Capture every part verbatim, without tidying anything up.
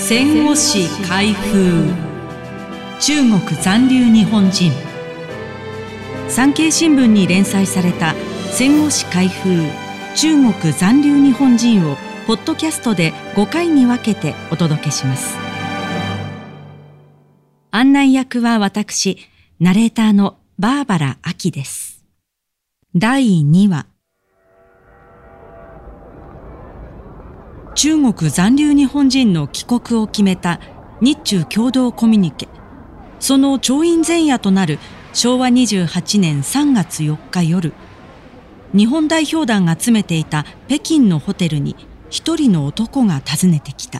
戦後史開封。中国残留日本人。産経新聞に連載された戦後史開封中国残留日本人をポッドキャストでごかいに分けてお届けします。案内役は私、ナレーターのバーバラ・アキです。だいにわ。中国残留日本人の帰国を決めた日中共同コミュニケ。その調印前夜となるしょうわにじゅうはちねんさんがつよっか夜、日本代表団が詰めていた北京のホテルに一人の男が訪ねてきた。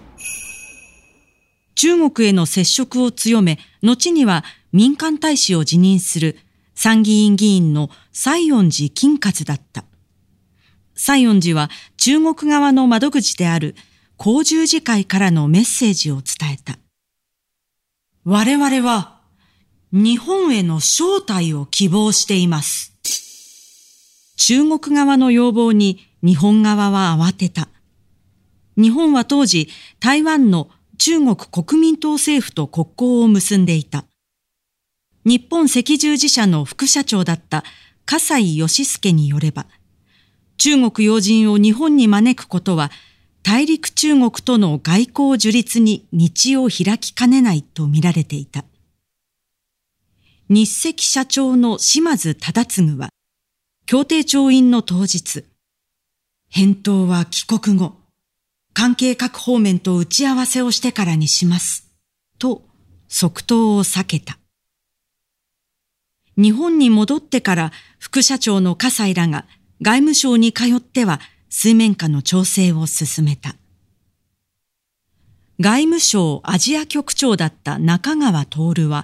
中国への接触を強め、後には民間大使を辞任する参議院議員の西園寺金勝だった。西園寺は中国側の窓口である光十字会からのメッセージを伝えた。我々は日本への招待を希望しています。中国側の要望に日本側は慌てた。日本は当時台湾の中国国民党政府と国交を結んでいた。日本赤十字社の副社長だった葛西義介によれば、中国要人を日本に招くことは大陸中国との外交樹立に道を開きかねないと見られていた。日赤社長の島津忠次は、協定調印の当日、返答は帰国後、関係各方面と打ち合わせをしてからにします、と即答を避けた。日本に戻ってから副社長の葛西らが外務省に通っては水面下の調整を進めた。外務省アジア局長だった中川徹は、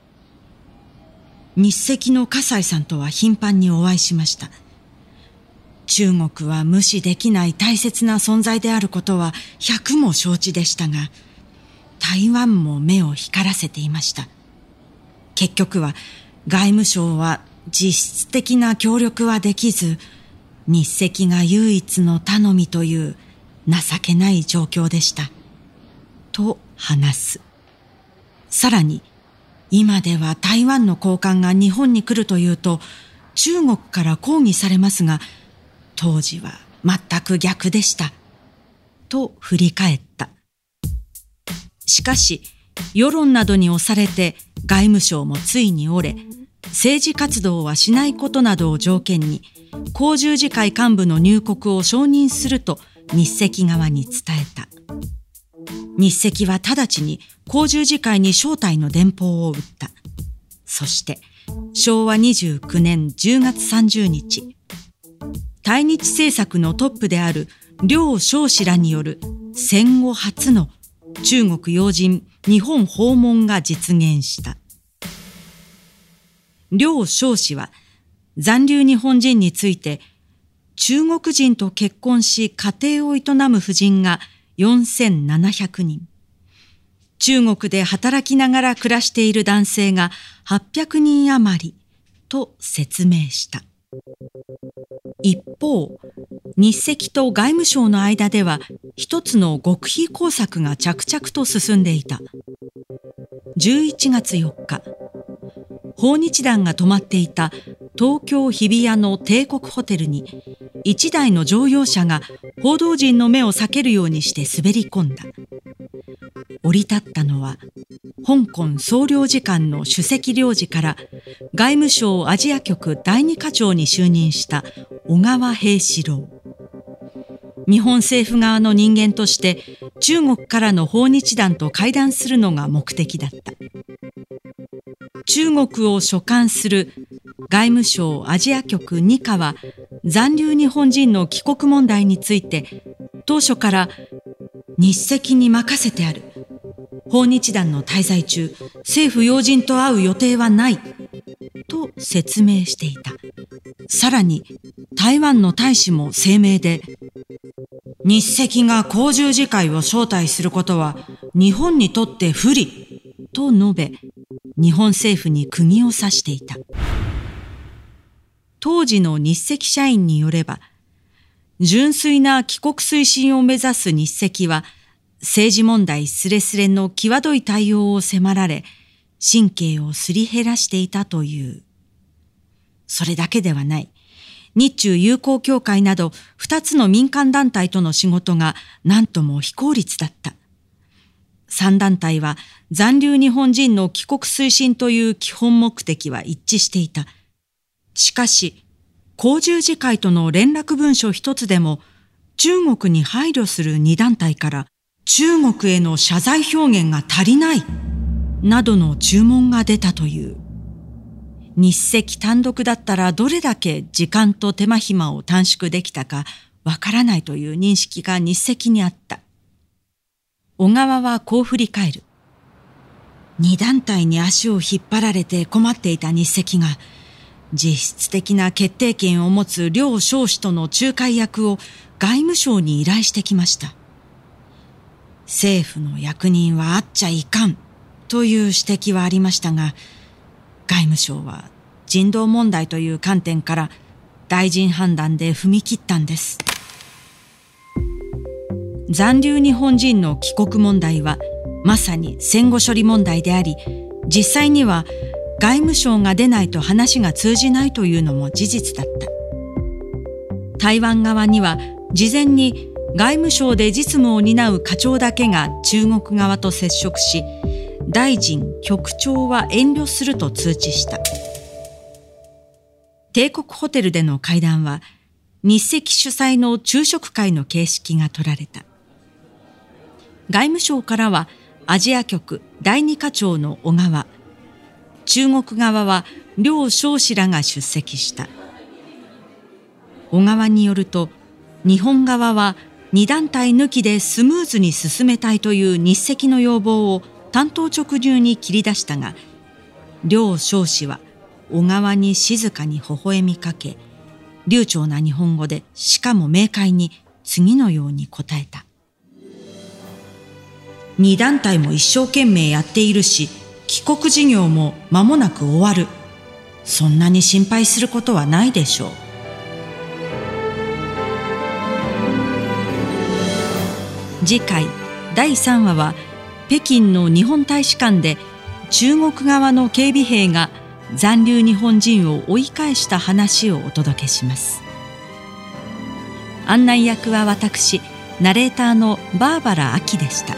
日赤の葛西さんとは頻繁にお会いしました。中国は無視できない大切な存在であることは百も承知でしたが、台湾も目を光らせていました。結局は外務省は実質的な協力はできず、日赤が唯一の頼みという情けない状況でした。と話す。さらに、今では台湾の高官が日本に来るというと、中国から抗議されますが、当時は全く逆でした。と振り返った。しかし、世論などに押されて外務省もついに折れ、政治活動はしないことなどを条件に、光十字会幹部の入国を承認すると日赤側に伝えた。日赤は直ちに光十字会に招待の電報を打った。そしてしょうわにじゅうきゅうねんじゅうがつさんじゅうにち、対日政策のトップである梁翔氏らによる戦後初の中国要人日本訪問が実現した。梁翔氏は残留日本人について、中国人と結婚し家庭を営む婦人がよんせんななひゃくにん、中国で働きながら暮らしている男性がはっぴゃくにん余りと説明した。一方、日赤と外務省の間では一つの極秘工作が着々と進んでいた。じゅういちがつよっか、訪日団が泊まっていた東京日比谷の帝国ホテルに一台の乗用車が報道陣の目を避けるようにして滑り込んだ。降り立ったのは香港総領事館の首席領事から外務省アジア局だいに課長に就任した小川平四郎。日本政府側の人間として中国からの訪日団と会談するのが目的だった。中国を所管する外務省アジア局に課は残留日本人の帰国問題について当初から日赤に任せてある。訪日団の滞在中、政府要人と会う予定はないと説明していた。さらに台湾の大使も声明で、日赤が光十字会を招待することは日本にとって不利と述べ、日本政府に釘を刺していた。当時の日赤社員によれば、純粋な帰国推進を目指す日赤は、 政治問題すれすれの際どい対応を迫られ、神経をすり減らしていたという。それだけではない。日中友好協会など二つの民間団体との仕事が何とも非効率だった。三団体は残留日本人の帰国推進という基本目的は一致していた。しかし、公十字会との連絡文書一つでも中国に配慮する二団体から中国への謝罪表現が足りないなどの注文が出たという。日赤単独だったらどれだけ時間と手間暇を短縮できたかわからないという認識が日赤にあった。小川はこう振り返る。二団体に足を引っ張られて困っていた日赤が、実質的な決定権を持つ両少子との仲介役を外務省に依頼してきました。政府の役人はあっちゃいかんという指摘はありましたが、外務省は人道問題という観点から大臣判断で踏み切ったんです。残留日本人の帰国問題はまさに戦後処理問題であり、実際には外務省が出ないと話が通じないというのも事実だった。台湾側には事前に外務省で実務を担う課長だけが中国側と接触し、大臣、局長は遠慮すると通知した。帝国ホテルでの会談は日赤主催の昼食会の形式が取られた。外務省からはアジア局第二課長の小川、中国側は両少子らが出席した。小川によると、日本側は二団体抜きでスムーズに進めたいという日赤の要望を単刀直入に切り出したが、両少子は小川に静かに微笑みかけ、流暢な日本語でしかも明快に次のように答えた。二団体も一生懸命やっているし、帰国事業も間もなく終わる。そんなに心配することはないでしょう。次回だいさんわは北京の日本大使館で中国側の警備兵が残留日本人を追い返した話をお届けします。案内役は私、ナレーターのバーバラ・アキでした。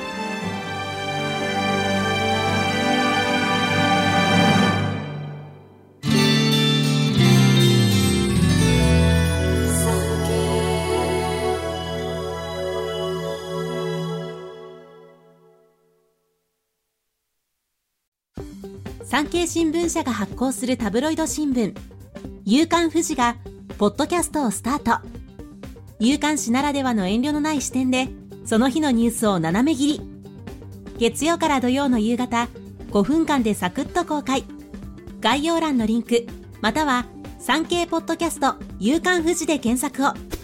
産経新聞社が発行するタブロイド新聞夕刊フジがポッドキャストをスタート。夕刊誌ならではの遠慮のない視点でその日のニュースを斜め切り、月曜から土曜の夕方ごふんかんでサクッと公開。概要欄のリンクまたは産経ポッドキャスト夕刊フジで検索を。